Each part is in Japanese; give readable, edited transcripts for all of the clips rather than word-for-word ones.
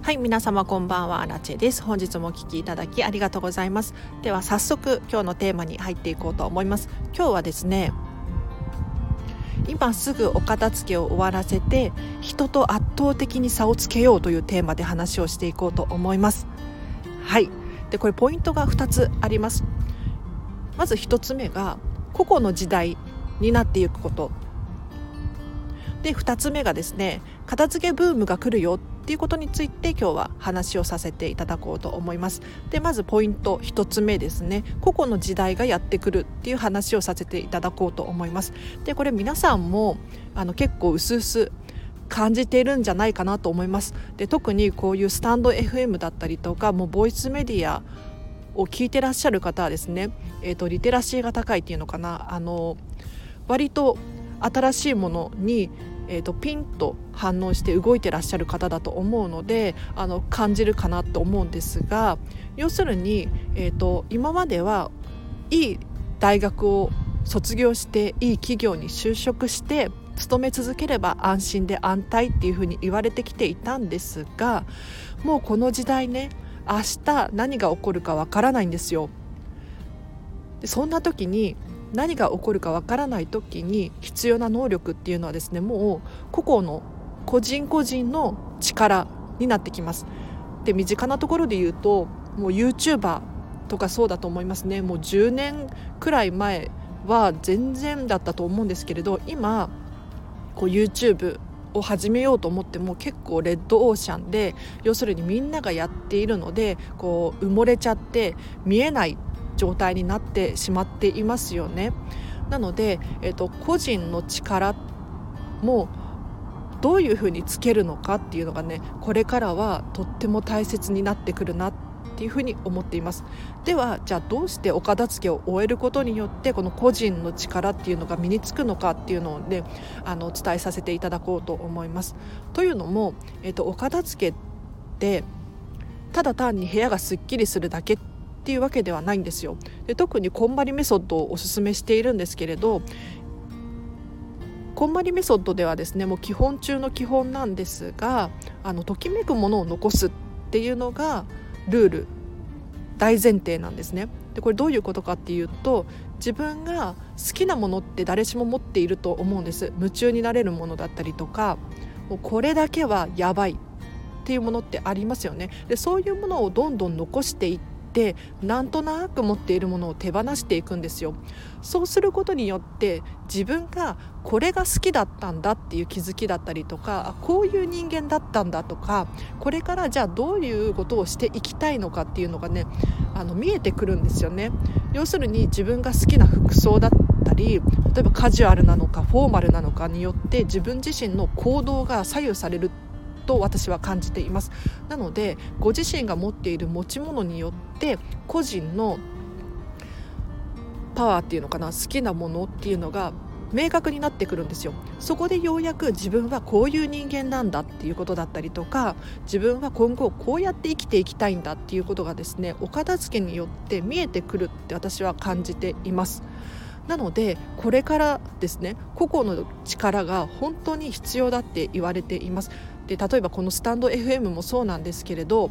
はい、皆様こんばんは、ラチェです。本日もお聞きいただきありがとうございます。では早速今日のテーマに入っていこうと思います。今日はですね、今すぐお片付けを終わらせて人と圧倒的に差をつけようというテーマで話をしていこうと思います。はい。で、これポイントが2つあります。まず1つ目が個々の時代になっていくことで、2つ目がですね、片付けブームが来るよっていうことについて今日は話をさせていただこうと思います。で、まずポイント1つ目ですね、個々の時代がやってくるっていう話をさせていただこうと思います。で、これ皆さんも結構うすうす感じているんじゃないかなと思います。で、特にこういうスタンド FM だったりとか、もうボイスメディアを聞いてらっしゃる方はですね、リテラシーが高いっていうのかな、割と新しいものに、ピンと反応して動いてらっしゃる方だと思うので、感じるかなと思うんですが、要するに、今まではいい大学を卒業していい企業に就職して勤め続ければ安心で安泰っていうふうに言われてきていたんですが、もうこの時代ね、明日何が起こるかわからないんですよ。で、そんな時に何が起こるかわからない時に必要な能力っていうのはですね、もう個々の個人個人の力になってきます。で、身近なところで言うと、もう YouTuber とかそうだと思いますね。もう10年くらい前は全然だったと思うんですけれど、今こう YouTube を始めようと思っても結構レッドオーシャンで、要するにみんながやっているのでこう埋もれちゃって見えない状態になってしまっていますよね。なので、個人の力もどういうふうにつけるのかっていうのがね、これからはとっても大切になってくるなっていうふうに思っています。では、じゃあどうしてお片付けを終えることによってこの個人の力っていうのが身につくのかっていうのをね、お伝えさせていただこうと思います。というのも、お片付けってただ単に部屋がすっきりするだけっていうわけではないんですよ。で、特にこんまりメソッドをおすすめしているんですけれど、こんまりメソッドではですね、もう基本中の基本なんですが、ときめくものを残すっていうのがルール、大前提なんですね。で、これどういうことかっていうと、自分が好きなものって誰しも持っていると思うんです。夢中になれるものだったりとか、もうこれだけはやばいっていうものってありますよね。で、そういうものをどんどん残していって、なんとなく持っているものを手放していくんですよ。そうすることによって自分がこれが好きだったんだっていう気づきだったりとか、こういう人間だったんだとか、これからじゃあどういうことをしていきたいのかっていうのがね、見えてくるんですよね。要するに自分が好きな服装だったり、例えばカジュアルなのかフォーマルなのかによって自分自身の行動が左右されると私は感じています。なので、ご自身が持っている持ち物によって個人のパワーっていうのかな、好きなものっていうのが明確になってくるんですよ。そこでようやく自分はこういう人間なんだっていうことだったりとか、自分は今後こうやって生きていきたいんだっていうことがですね、お片付けによって見えてくるって私は感じています。なので、これからですね、個々の力が本当に必要だって言われています。で、例えばこのスタンド FM もそうなんですけれど、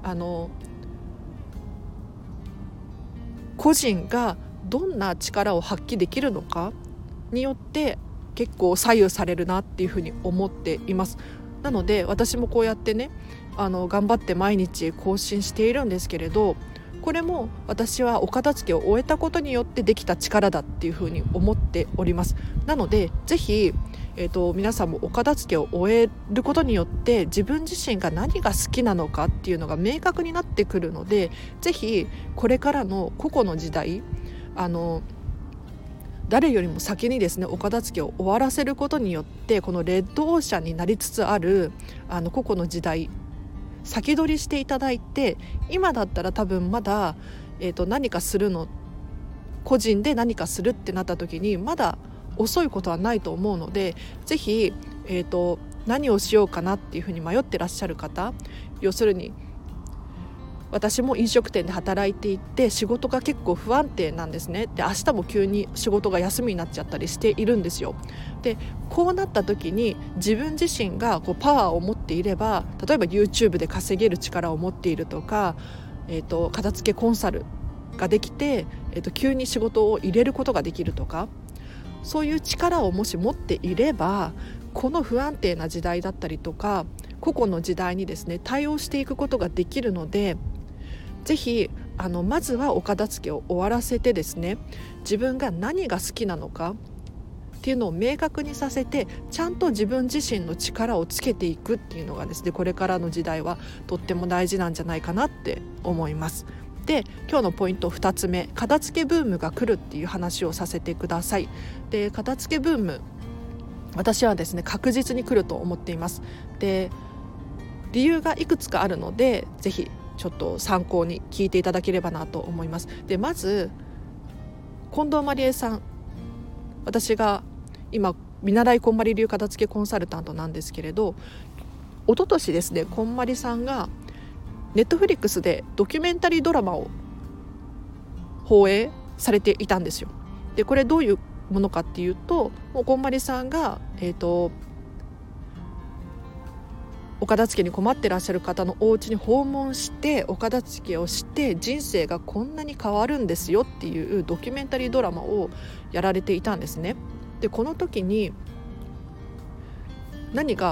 個人がどんな力を発揮できるのかによって結構左右されるなっていうふうに思っています。なので私もこうやってね、頑張って毎日更新しているんですけれど、これも私はお片付けを終えたことによってできた力だっていうふうに思っております。なのでぜひ、皆さんもお片付けを終えることによって自分自身が何が好きなのかっていうのが明確になってくるので、ぜひこれからの個々の時代、誰よりも先にですね、お片付けを終わらせることによって、このレッドオーシャンになりつつある個々の時代、先取りしていただいて、今だったら多分まだ、何かするの、個人で何かするってなった時にまだ遅いことはないと思うので、ぜひ、何をしようかなっていうふうに迷ってらっしゃる方、要するに私も飲食店で働いていて仕事が結構不安定なんですね。で明日も急に仕事が休みになっちゃったりしているんですよ。でこうなった時に自分自身がパワーを持っていれば、例えば YouTube で稼げる力を持っているとか、片付けコンサルができて、急に仕事を入れることができるとか、そういう力をもし持っていれば、この不安定な時代だったりとか個々の時代にですね対応していくことができるので、ぜひまずはお片付けを終わらせてですね、自分が何が好きなのかっていうのを明確にさせて、ちゃんと自分自身の力をつけていくっていうのがですね、これからの時代はとっても大事なんじゃないかなって思います。で今日のポイント2つ目、片付けブームが来るっていう話をさせてください。で片付けブーム、私はですね確実に来ると思っています。で理由がいくつかあるので、ぜひちょっと参考に聞いていただければなと思います。でまず近藤まりえさん、私が今見習いこんまり流片付けコンサルタントなんですけれど、一昨年ですね、こんまりさんがネットフリックスでドキュメンタリードラマを放映されていたんですよ。でこれどういうものかっていうと、もうこんまりさんが、お片付けに困ってらっしゃる方のお家に訪問してお片付けをして人生がこんなに変わるんですよっていうドキュメンタリードラマをやられていたんですね。でこの時に何が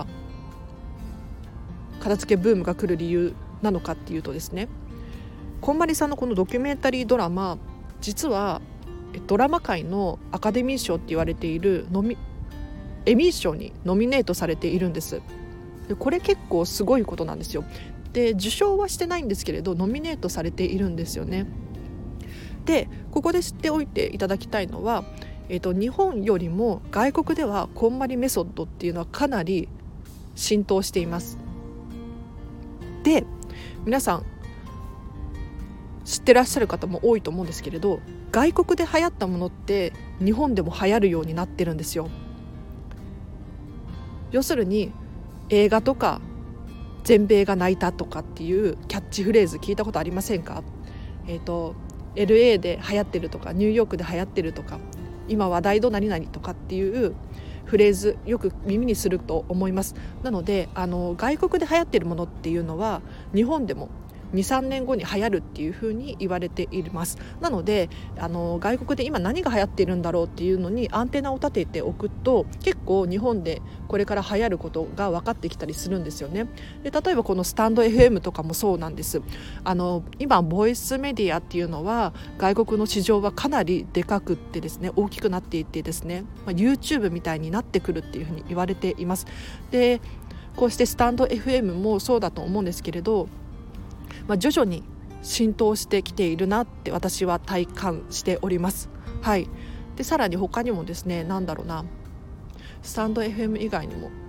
片付けブームが来る理由なのかっていうとですね、こんまりさんのこのドキュメンタリードラマ、実はドラマ界のアカデミー賞って言われているエミー賞にノミネートされているんです。でこれ結構すごいことなんですよ。で受賞はしてないんですけれどノミネートされているんですよね。でここで知っておいていただきたいのは、日本よりも外国ではこんまりメソッドっていうのはかなり浸透しています。で皆さん知ってらっしゃる方も多いと思うんですけれど、外国で流行ったものって日本でも流行るようになってるんですよ。要するに映画とか全米が泣いたとかっていうキャッチフレーズ聞いたことありませんか？LA で流行ってるとかニューヨークで流行ってるとか今話題の何々とかっていうフレーズよく耳にすると思います。なので外国で流行ってるものっていうのは日本でも 2,3 年後に流行るっていうふうに言われています。なので外国で今何が流行っているんだろうっていうのにアンテナを立てておくと結構日本でこれから流行ることが分かってきたりするんですよね。で例えばこのスタンド FM とかもそうなんです。今ボイスメディアっていうのは外国の市場はかなりでかくってですね、大きくなっていってですね、YouTube みたいになってくるっていうふうに言われています。でこうしてスタンド FM もそうだと思うんですけれど、徐々に浸透してきているなって私は体感しております。はい。でさらに他にもですね、スタンド FM 以外にも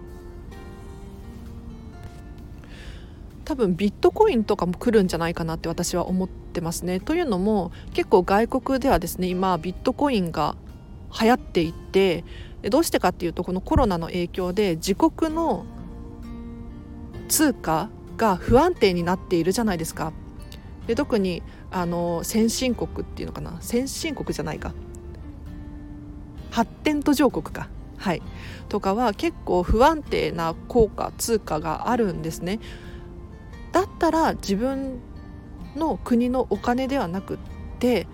多分ビットコインとかも来るんじゃないかなって私は思ってますね。というのも結構外国ではですね、今ビットコインが流行っていて、どうしてかっていうとこのコロナの影響で自国の通貨が不安定になっているじゃないですか。で特に先進国っていうのかな、先進国じゃないか、発展途上国か、はい、とかは結構不安定な通貨があるんですね。だったら自分の国のお金ではなくって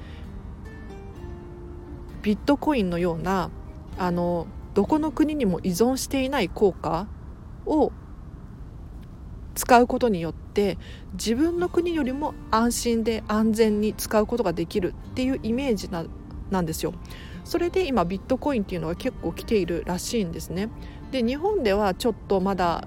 ビットコインのようなどこの国にも依存していない硬貨を使うことによって自分の国よりも安心で安全に使うことができるっていうイメージなんですよ。それで今ビットコインっていうのが結構来ているらしいんですね。で日本ではちょっとまだ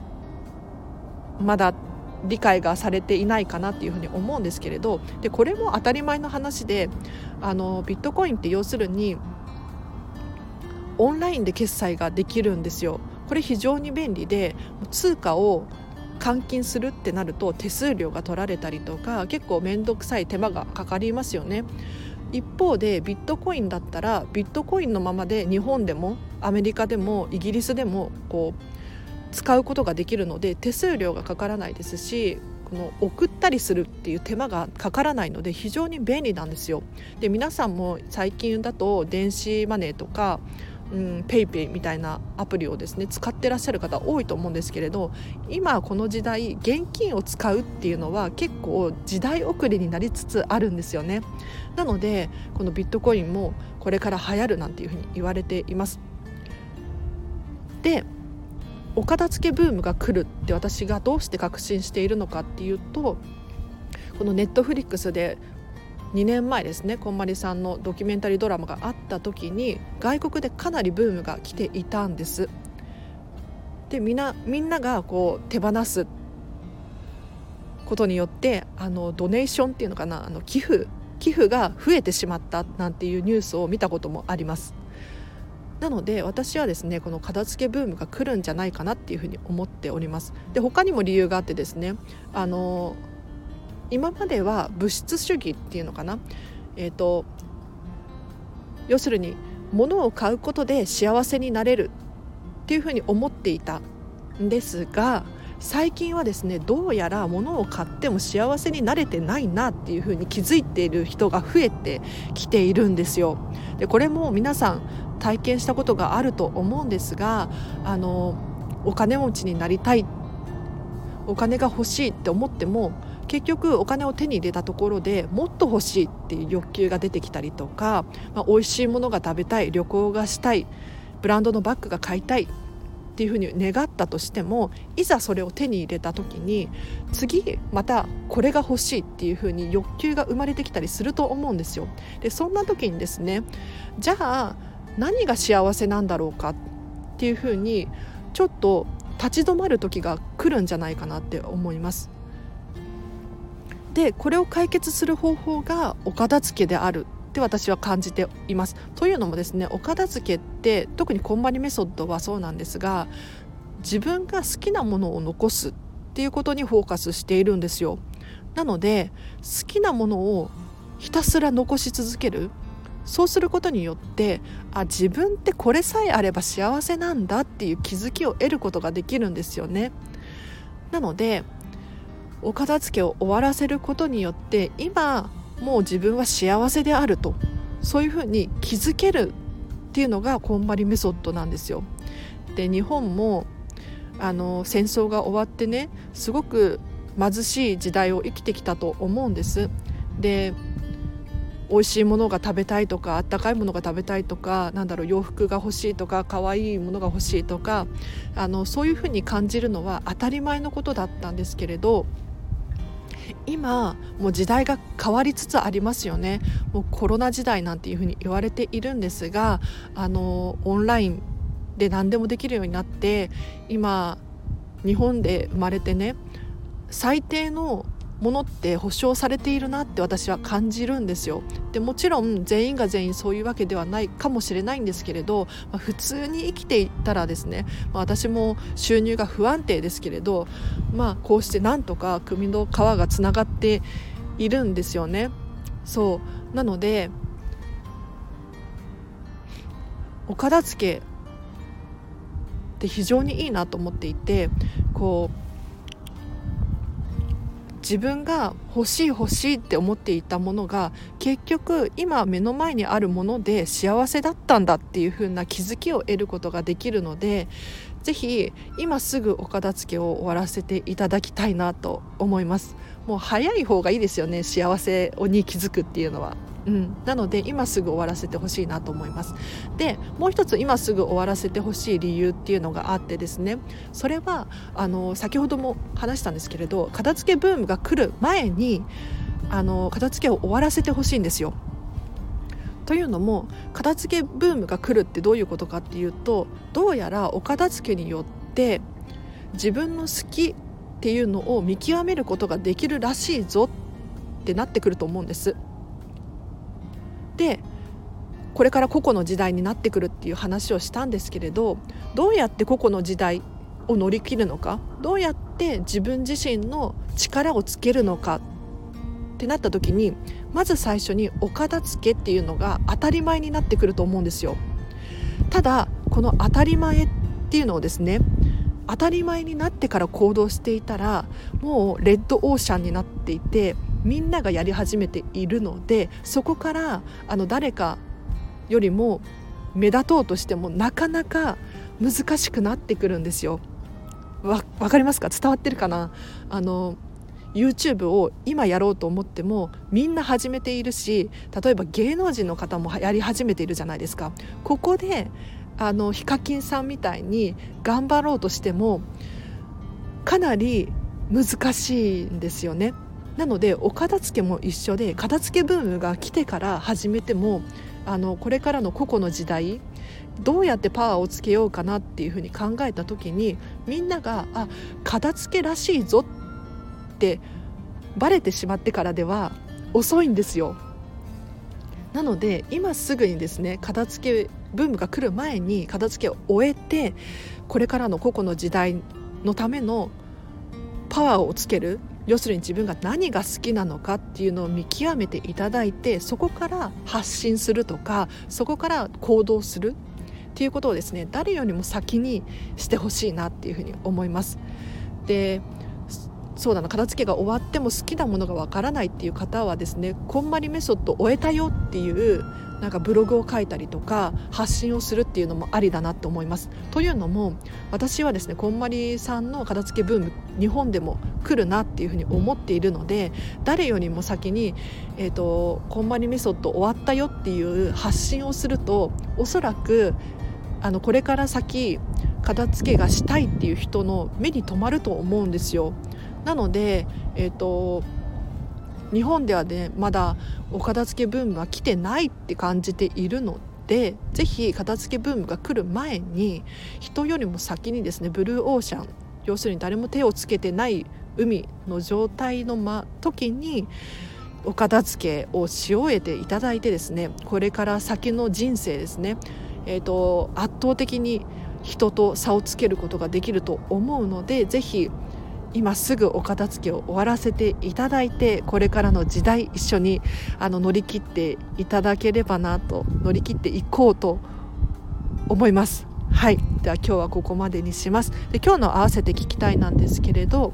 理解がされていないかなっていうふうに思うんですけれど、でこれも当たり前の話でビットコインって要するにオンラインで決済ができるんですよ。これ非常に便利で、通貨を換金するってなると手数料が取られたりとか結構面倒くさい手間がかかりますよね。一方でビットコインだったらビットコインのままで日本でもアメリカでもイギリスでも使うことができるので手数料がかからないですし、 この送ったりするっていう手間がかからないので非常に便利なんですよ。で皆さんも最近だと電子マネーとかペイペイみたいなアプリをですね使ってらっしゃる方多いと思うんですけれど、今この時代現金を使うっていうのは結構時代遅れになりつつあるんですよね。なのでこのビットコインもこれから流行るなんていうふうに言われています。でお片付けブームが来るって私がどうして確信しているのかっていうと、このネットフリックスで2年前ですね、こんまりさんのドキュメンタリードラマがあった時に外国でかなりブームが来ていたんです。でみんながこう手放すことによってドネーションっていうのかな、寄付が増えてしまったなんていうニュースを見たこともあります。なので私はですねこの片付けブームが来るんじゃないかなっていうふうに思っております。で他にも理由があってですね、今までは物質主義っていうのかな、要するに物を買うことで幸せになれるっていうふうに思っていたんですが、最近はですねどうやら物を買っても幸せになれてないなっていうふうに気づいている人が増えてきているんですよ。でこれも皆さん体験したことがあると思うんですが、お金持ちになりたい、お金が欲しいって思っても結局お金を手に入れたところでもっと欲しいっていう欲求が出てきたりとか、美味しいものが食べたい、旅行がしたい、ブランドのバッグが買いたいっていうふうに願ったとしても、いざそれを手に入れた時に次またこれが欲しいっていうふうに欲求が生まれてきたりすると思うんですよ。でそんな時にですね、じゃあ何が幸せなんだろうかっていうふうにちょっと立ち止まる時が来るんじゃないかなって思います。でこれを解決する方法がお片付けであるって私は感じています。というのもですね、お片付けって特にこんまりメソッドはそうなんですが、自分が好きなものを残すっていうことにフォーカスしているんですよ。なので好きなものをひたすら残し続ける、そうすることによって自分ってこれさえあれば幸せなんだっていう気づきを得ることができるんですよね。なのでお片付けを終わらせることによって今もう自分は幸せであると、そういうふうに気づけるっていうのがこんまりメソッドなんですよ。で日本も戦争が終わってね、すごく貧しい時代を生きてきたと思うんです。で美味しいものが食べたいとか、あったかいものが食べたいとか、洋服が欲しいとか、可愛いものが欲しいとか、そういうふうに感じるのは当たり前のことだったんですけれど、今もう時代が変わりつつありますよね。もうコロナ時代なんていうふうに言われているんですが、オンラインで何でもできるようになって、今日本で生まれてね、最低のものって保証されているなって私は感じるんですよ。でもちろん全員が全員そういうわけではないかもしれないんですけれど、普通に生きていったらですね、私も収入が不安定ですけれど、こうしてなんとか首の皮がつながっているんですよね。そうなのでお片付けって非常にいいなと思っていて、自分が欲しいって思っていたものが結局今目の前にあるもので幸せだったんだっていう風な気づきを得ることができるので、ぜひ今すぐお片付けを終わらせていただきたいなと思います。もう早い方がいいですよね、幸せに気づくっていうのは。なので今すぐ終わらせてほしいなと思います。でもう一つ今すぐ終わらせてほしい理由っていうのがあってですね、それは先ほども話したんですけれど、片付けブームが来る前に片付けを終わらせてほしいんですよ。というのも片付けブームが来るってどういうことかっていうと、どうやらお片付けによって自分の好きっていうのを見極めることができるらしいぞってなってくると思うんです。でこれから個々の時代になってくるっていう話をしたんですけれど、どうやって個々の時代を乗り切るのか、どうやって自分自身の力をつけるのかってなった時に、まず最初にお片付けっていうのが当たり前になってくると思うんですよ。ただこの当たり前っていうのをですね、 当たり前になってから行動していたらもうレッドオーシャンになっていて、みんながやり始めているので、そこから誰かよりも目立とうとしてもなかなか難しくなってくるんですよ。わかりますか？伝わってるかな。YouTube を今やろうと思ってもみんな始めているし、例えば芸能人の方もやり始めているじゃないですか。ここでヒカキンさんみたいに頑張ろうとしてもかなり難しいんですよね。なのでお片付けも一緒で、片付けブームが来てから始めてもこれからの個々の時代どうやってパワーをつけようかなっていうふうに考えた時に、みんなが片付けらしいぞってバレてしまってからでは遅いんですよ。なので今すぐにですね、片付けブームが来る前に片付けを終えて、これからの個々の時代のためのパワーをつける、要するに自分が何が好きなのかっていうのを見極めていただいて、そこから発信するとか、そこから行動するっていうことをですね、誰よりも先にしてほしいなっていうふうに思います。で、そうだな、片付けが終わっても好きなものがわからないっていう方はですね、こんまりメソッドを終えたよっていうなんかブログを書いたりとか発信をするっていうのもありだなと思います。というのも私はですね、こんまりさんの片付けブーム日本でも来るなっていうふうに思っているので、誰よりも先に、こんまりメソッド終わったよっていう発信をすると、おそらくこれから先片付けがしたいっていう人の目に留まると思うんですよ。なので、日本ではねまだお片付けブームは来てないって感じているので、ぜひ片付けブームが来る前に人よりも先にですね、ブルーオーシャン、要するに誰も手をつけてない海の状態の時にお片付けをし終えていただいてですね、これから先の人生ですね、圧倒的に人と差をつけることができると思うので、ぜひ今すぐお片付けを終わらせていただいて、これからの時代一緒に乗り切っていただければなと、乗り切っていこうと思います。はい、では今日はここまでにします。で、今日の合わせて聞きたいなんですけれど、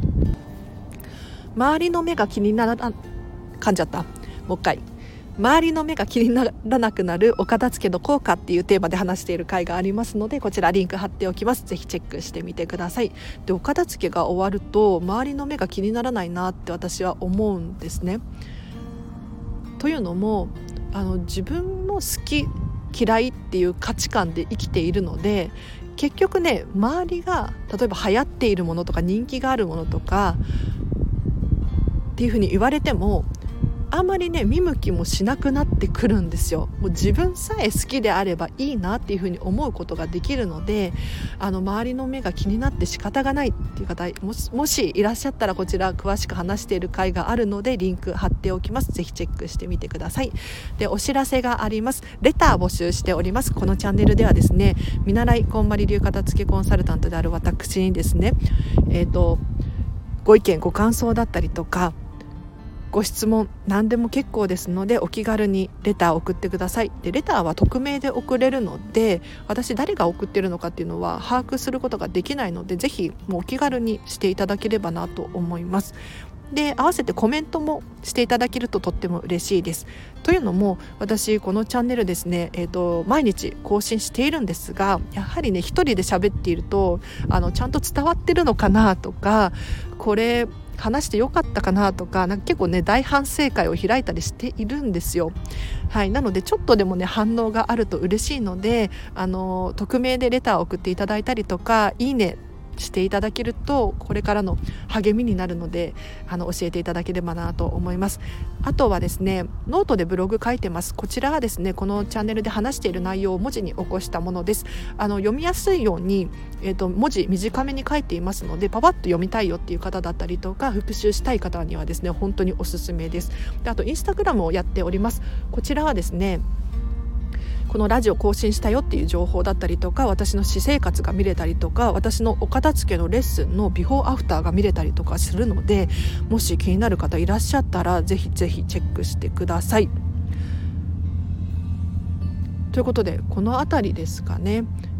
周りの目が気になら噛んじゃった。もう一回。周りの目が気にならなくなるお片付けの効果っていうテーマで話している回がありますので、こちらリンク貼っておきます。ぜひチェックしてみてください。で、お片付けが終わると周りの目が気にならないなって私は思うんですね。というのも自分の好き嫌いっていう価値観で生きているので、結局ね、周りが例えば流行っているものとか人気があるものとかっていうふうに言われてもあんまりね見向きもしなくなってくるんですよ。もう自分さえ好きであればいいなっていうふうに思うことができるので、周りの目が気になって仕方がないっていう方もしいらっしゃったら、こちら詳しく話している回があるのでリンク貼っておきます。ぜひチェックしてみてください。で、お知らせがあります。レター募集しております。このチャンネルではですね、見習いこんまり流片付けコンサルタントである私にですね、ご意見ご感想だったりとかご質問何でも結構ですので、お気軽にレターを送ってください。で、レターは匿名で送れるので、私誰が送ってるのかっていうのは把握することができないので、ぜひもうお気軽にしていただければなと思います。で、合わせてコメントもしていただけるととっても嬉しいです。というのも私このチャンネルですね、毎日更新しているんですが、やはりね一人で喋っているとちゃんと伝わってるのかなとか、これ話してよかったかなとか、結構ね大反省会を開いたりしているんですよ。はい、なのでちょっとでもね反応があると嬉しいので、匿名でレターを送っていただいたりとか、いいねしていただけるとこれからの励みになるので、教えていただければなと思います。あとはですね、ノートでブログ書いてます。こちらはですね、このチャンネルで話している内容を文字に起こしたものです。読みやすいように、文字短めに書いていますので、パパッと読みたいよっていう方だったりとか、復習したい方にはですね本当におすすめです。で、あとインスタグラムをやっております。こちらはですね、このラジオ更新したよっていう情報だったりとか、私の私生活が見れたりとか、私のお片付けのレッスンのビフォーアフターが見れたりとかするので、もし気になる方いらっしゃったらぜひぜひチェックしてください。ということでこのあたりですかね。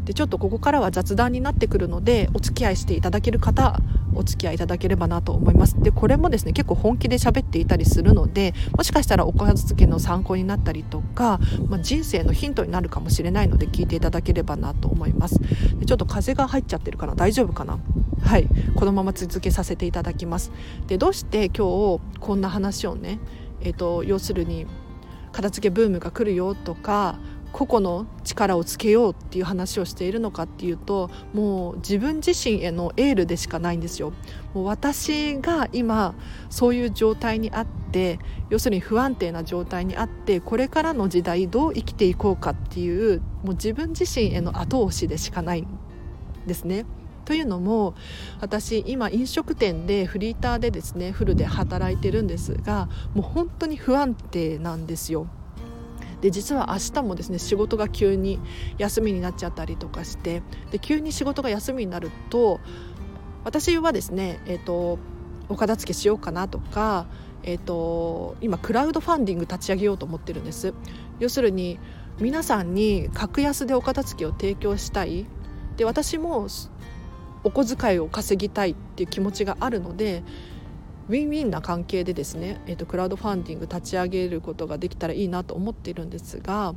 でちょっとここからは雑談になってくるので、お付き合いしていただける方お付き合いいただければなと思います。でこれもですね結構本気で喋っていたりするので、もしかしたらお片付けの参考になったりとか、人生のヒントになるかもしれないので聞いていただければなと思います。でちょっと風が入っちゃってるかな、大丈夫かな。はい、このまま続けさせていただきます。でどうして今日こんな話をね、要するに片付けブームが来るよとか、個々の力をつけようっていう話をしているのかっていうと、もう自分自身へのエールでしかないんですよ。もう私が今そういう状態にあって、要するに不安定な状態にあって、これからの時代どう生きていこうかっていう、もう自分自身への後押しでしかないんですね。というのも、私今飲食店でフリーターでですねフルで働いてるんですが、もう本当に不安定なんですよ。で実は明日もですね仕事が急に休みになっちゃったりとかして、で急に仕事が休みになると、私はですね、お片付けしようかなとか、今クラウドファンディング立ち上げようと思ってるんです。要するに皆さんに格安でお片付けを提供したい、で私もお小遣いを稼ぎたいっていう気持ちがあるので、ウィンウィンな関係でですね、クラウドファンディング立ち上げることができたらいいなと思っているんですが、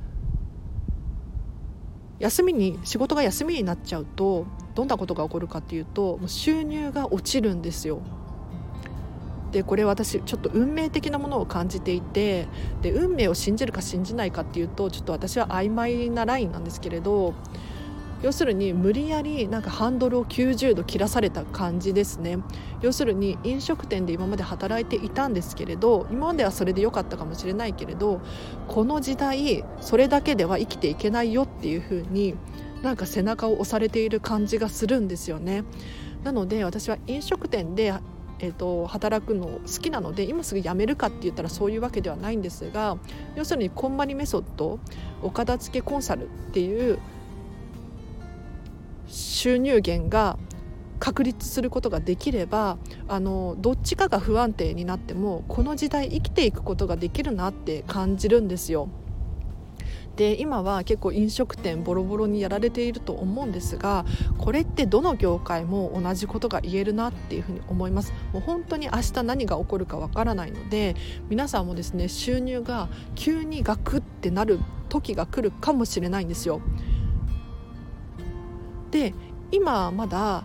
仕事が休みになっちゃうとどんなことが起こるかっていうと、もう収入が落ちるんですよ。でこれ私ちょっと運命的なものを感じていて、で運命を信じるか信じないかっていうとちょっと私は曖昧なラインなんですけれど、要するに無理やりなんかハンドルを90度切らされた感じですね。要するに飲食店で今まで働いていたんですけれど、今まではそれで良かったかもしれないけれど、この時代それだけでは生きていけないよっていう風になんか背中を押されている感じがするんですよね。なので私は飲食店で働くの好きなので、今すぐ辞めるかって言ったらそういうわけではないんですが、要するにこんまりメソッドお片付けコンサルっていう収入源が確立することができれば、どっちかが不安定になってもこの時代生きていくことができるなって感じるんですよ。で今は結構飲食店ボロボロにやられていると思うんですが、これってどの業界も同じことが言えるなっていうふうに思います。もう本当に明日何が起こるかわからないので、皆さんもですね収入が急にガクってなる時が来るかもしれないんですよ。で今まだ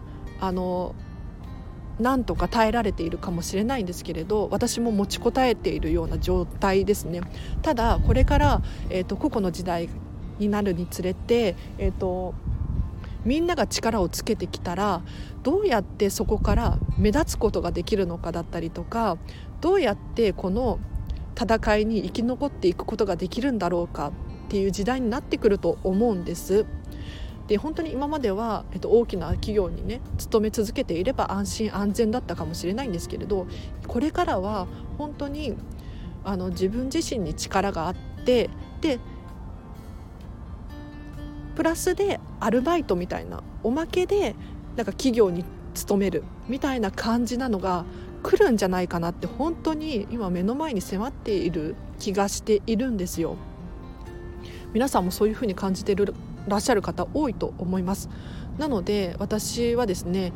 なんとか耐えられているかもしれないんですけれど、私も持ちこたえているような状態ですね。ただこれから、個々の時代になるにつれて、みんなが力をつけてきたらどうやってそこから目立つことができるのかだったりとか、どうやってこの戦いに生き残っていくことができるんだろうかっていう時代になってくると思うんです。で本当に今までは、大きな企業にね勤め続けていれば安心安全だったかもしれないんですけれど、これからは本当に自分自身に力があって、でプラスでアルバイトみたいなおまけでなんか企業に勤めるみたいな感じなのが来るんじゃないかなって、本当に今目の前に迫っている気がしているんですよ。皆さんもそういうふうに感じてらっしゃる方多いと思います。なので私はですね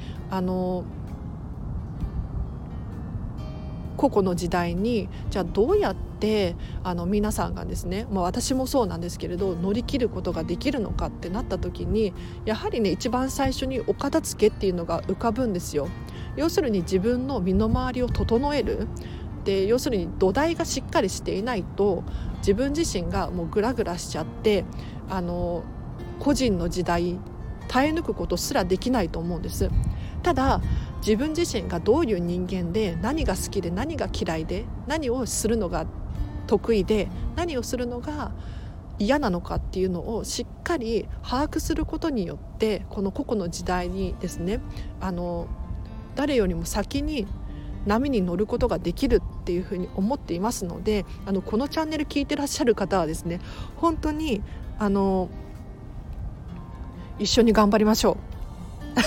個々の時代にじゃあどうやって皆さんがですね、私もそうなんですけれど乗り切ることができるのかってなった時に、やはりね一番最初にお片付けっていうのが浮かぶんですよ。要するに自分の身の回りを整える。で要するに土台がしっかりしていないと自分自身がもうグラグラしちゃって個人の時代耐え抜くことすらできないと思うんです。ただ自分自身がどういう人間で何が好きで何が嫌いで何をするのが得意で何をするのが嫌なのかっていうのをしっかり把握することによって、この個々の時代にですね誰よりも先に波に乗ることができるっていうふうに思っていますので、このチャンネル聞いてらっしゃる方はですね本当に一緒に頑張りましょう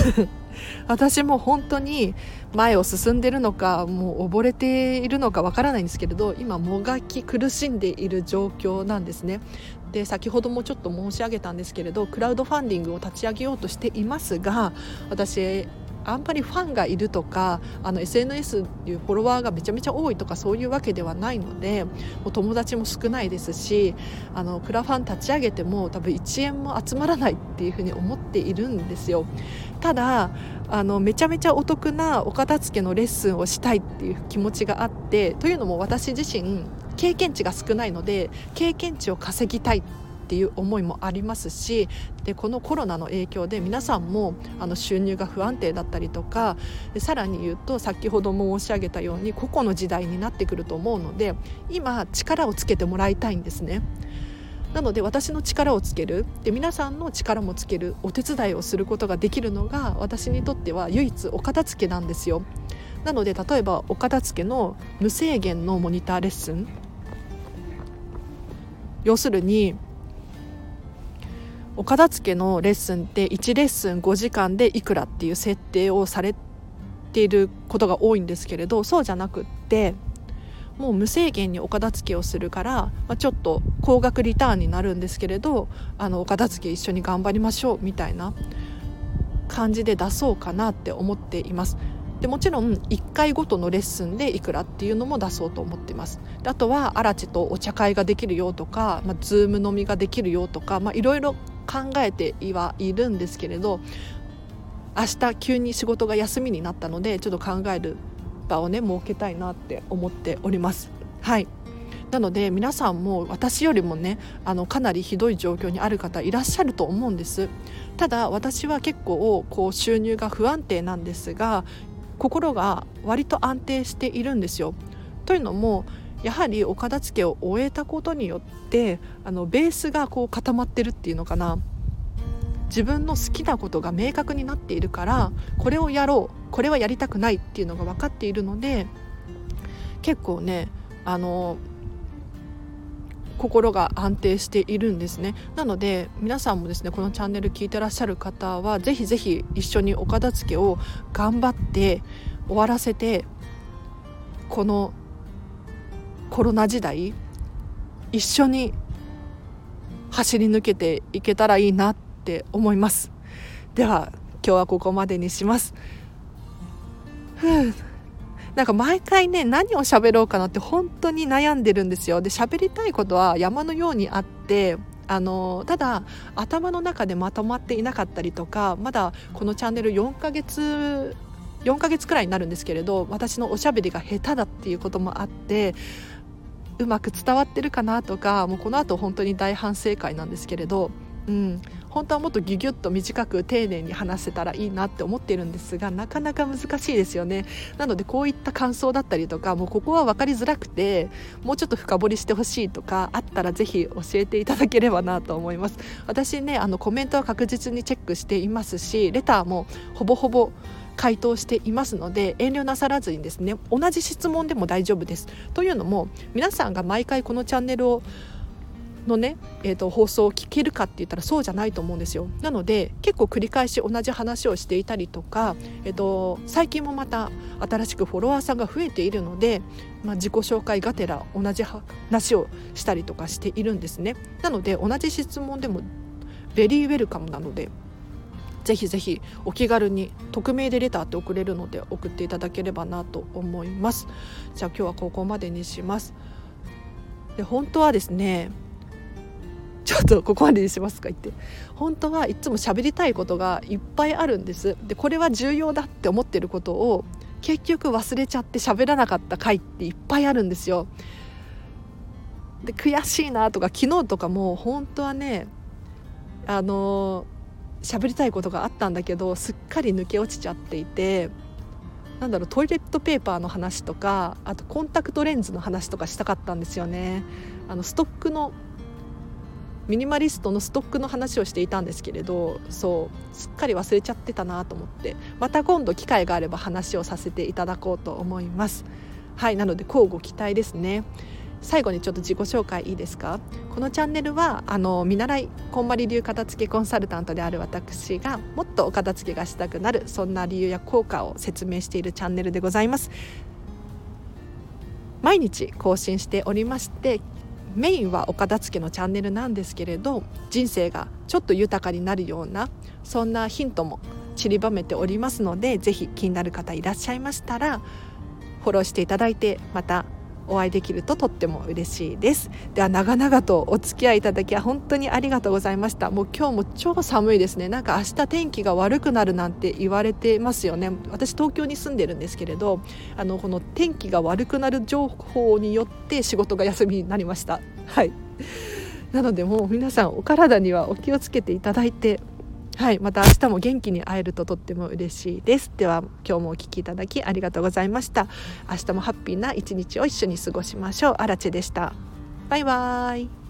私も本当に前を進んでいるのかもう溺れているのかわからないんですけれど、今もがき苦しんでいる状況なんですね。で先ほどもちょっと申し上げたんですけれど、クラウドファンディングを立ち上げようとしていますが、私あんまりファンがいるとかSNS っていうフォロワーがめちゃめちゃ多いとかそういうわけではないので、もう友達も少ないですし、クラファン立ち上げても多分1円も集まらないっていうふうに思っているんですよ。ただめちゃめちゃお得なお片付けのレッスンをしたいっていう気持ちがあって、というのも私自身経験値が少ないので経験値を稼ぎたいっていう思いもありますし、でこのコロナの影響で皆さんも収入が不安定だったりとか、さらに言うと先ほども申し上げたように個々の時代になってくると思うので、今力をつけてもらいたいんですね。なので私の力をつける、で皆さんの力もつけるお手伝いをすることができるのが私にとっては唯一お片付けなんですよ。なので例えばお片付けの無制限のモニターレッスン、要するにお片付けのレッスンって1レッスン5時間でいくらっていう設定をされていることが多いんですけれど、そうじゃなくってもう無制限にお片付けをするから、ちょっと高額リターンになるんですけれど、お片付け一緒に頑張りましょうみたいな感じで出そうかなって思っています。でもちろん1回ごとのレッスンでいくらっていうのも出そうと思っています。であとはアラチとお茶会ができるよとか、ズーム飲みができるよとか、いろいろ考えてはいるんですけれど、明日急に仕事が休みになったのでちょっと考える場をね設けたいなって思っております。はい、なので皆さんも私よりもねかなりひどい状況にある方いらっしゃると思うんです。ただ私は結構収入が不安定なんですが、心が割と安定しているんですよ。というのもやはりお片付けを終えたことによってベースが固まってるっていうのかな、自分の好きなことが明確になっているから、これをやろう、これはやりたくないっていうのが分かっているので、結構ね心が安定しているんですね。なので皆さんもですね、このチャンネル聞いてらっしゃる方はぜひぜひ一緒にお片付けを頑張って終わらせて、このコロナ時代一緒に走り抜けていけたらいいなって思います。では今日はここまでにします。なんか毎回ね何を喋ろうかなって本当に悩んでるんですよ。で喋りたいことは山のようにあって、ただ頭の中でまとまっていなかったりとか、まだこのチャンネル4ヶ月くらいになるんですけれど、私のおしゃべりが下手だっていうこともあってうまく伝わってるかなとか、もうこの後本当に大反省会なんですけれど、本当はもっとギュギュッと短く丁寧に話せたらいいなって思っているんですが、なかなか難しいですよね。なのでこういった感想だったりとか、もうここは分かりづらくてもうちょっと深掘りしてほしいとかあったらぜひ教えていただければなと思います。私ねコメントは確実にチェックしていますし、レターもほぼほぼ回答していますので遠慮なさらずにですね、同じ質問でも大丈夫です。というのも皆さんが毎回このチャンネルのね、放送を聞けるかって言ったらそうじゃないと思うんですよ。なので結構繰り返し同じ話をしていたりとか、最近もまた新しくフォロワーさんが増えているので、自己紹介がてら同じ話をしたりとかしているんですね。なので同じ質問でもベリーウェルカムなので、ぜひぜひお気軽に匿名でレターって送れるので送っていただければなと思います。じゃあ今日はここまでにします。で本当はですね、ちょっとここまでにしますか言って、本当はいつも喋りたいことがいっぱいあるんです。でこれは重要だって思ってることを結局忘れちゃって喋らなかった回っていっぱいあるんですよ。で悔しいなとか、昨日とかも本当はね喋りたいことがあったんだけどすっかり抜け落ちちゃっていて、トイレットペーパーの話とか、あとコンタクトレンズの話とかしたかったんですよね。ストックのミニマリストのストックの話をしていたんですけれど、そうすっかり忘れちゃってたなと思って、また今度機会があれば話をさせていただこうと思います。はい、なので乞うご期待ですね。 最後にちょっと自己紹介いいですか。このチャンネルは見習いこんまり流片付けコンサルタントである私がもっとお片付けがしたくなる、そんな理由や効果を説明しているチャンネルでございます。毎日更新しておりまして、メインはお片付けのチャンネルなんですけれど、人生がちょっと豊かになるようなそんなヒントも散りばめておりますので、ぜひ気になる方いらっしゃいましたらフォローしていただいて、またお会いできるととっても嬉しいです。では長々とお付き合いいただき本当にありがとうございました。もう今日も超寒いですね。なんか明日天気が悪くなるなんて言われてますよね。私東京に住んでるんですけれど、この天気が悪くなる情報によって仕事が休みになりました。はい。なのでもう皆さんお体にはお気をつけていただいて、はい、また明日も元気に会えるととっても嬉しいです。では今日もお聞きいただきありがとうございました。明日もハッピーな一日を一緒に過ごしましょう。アラチェでした。バイバイ。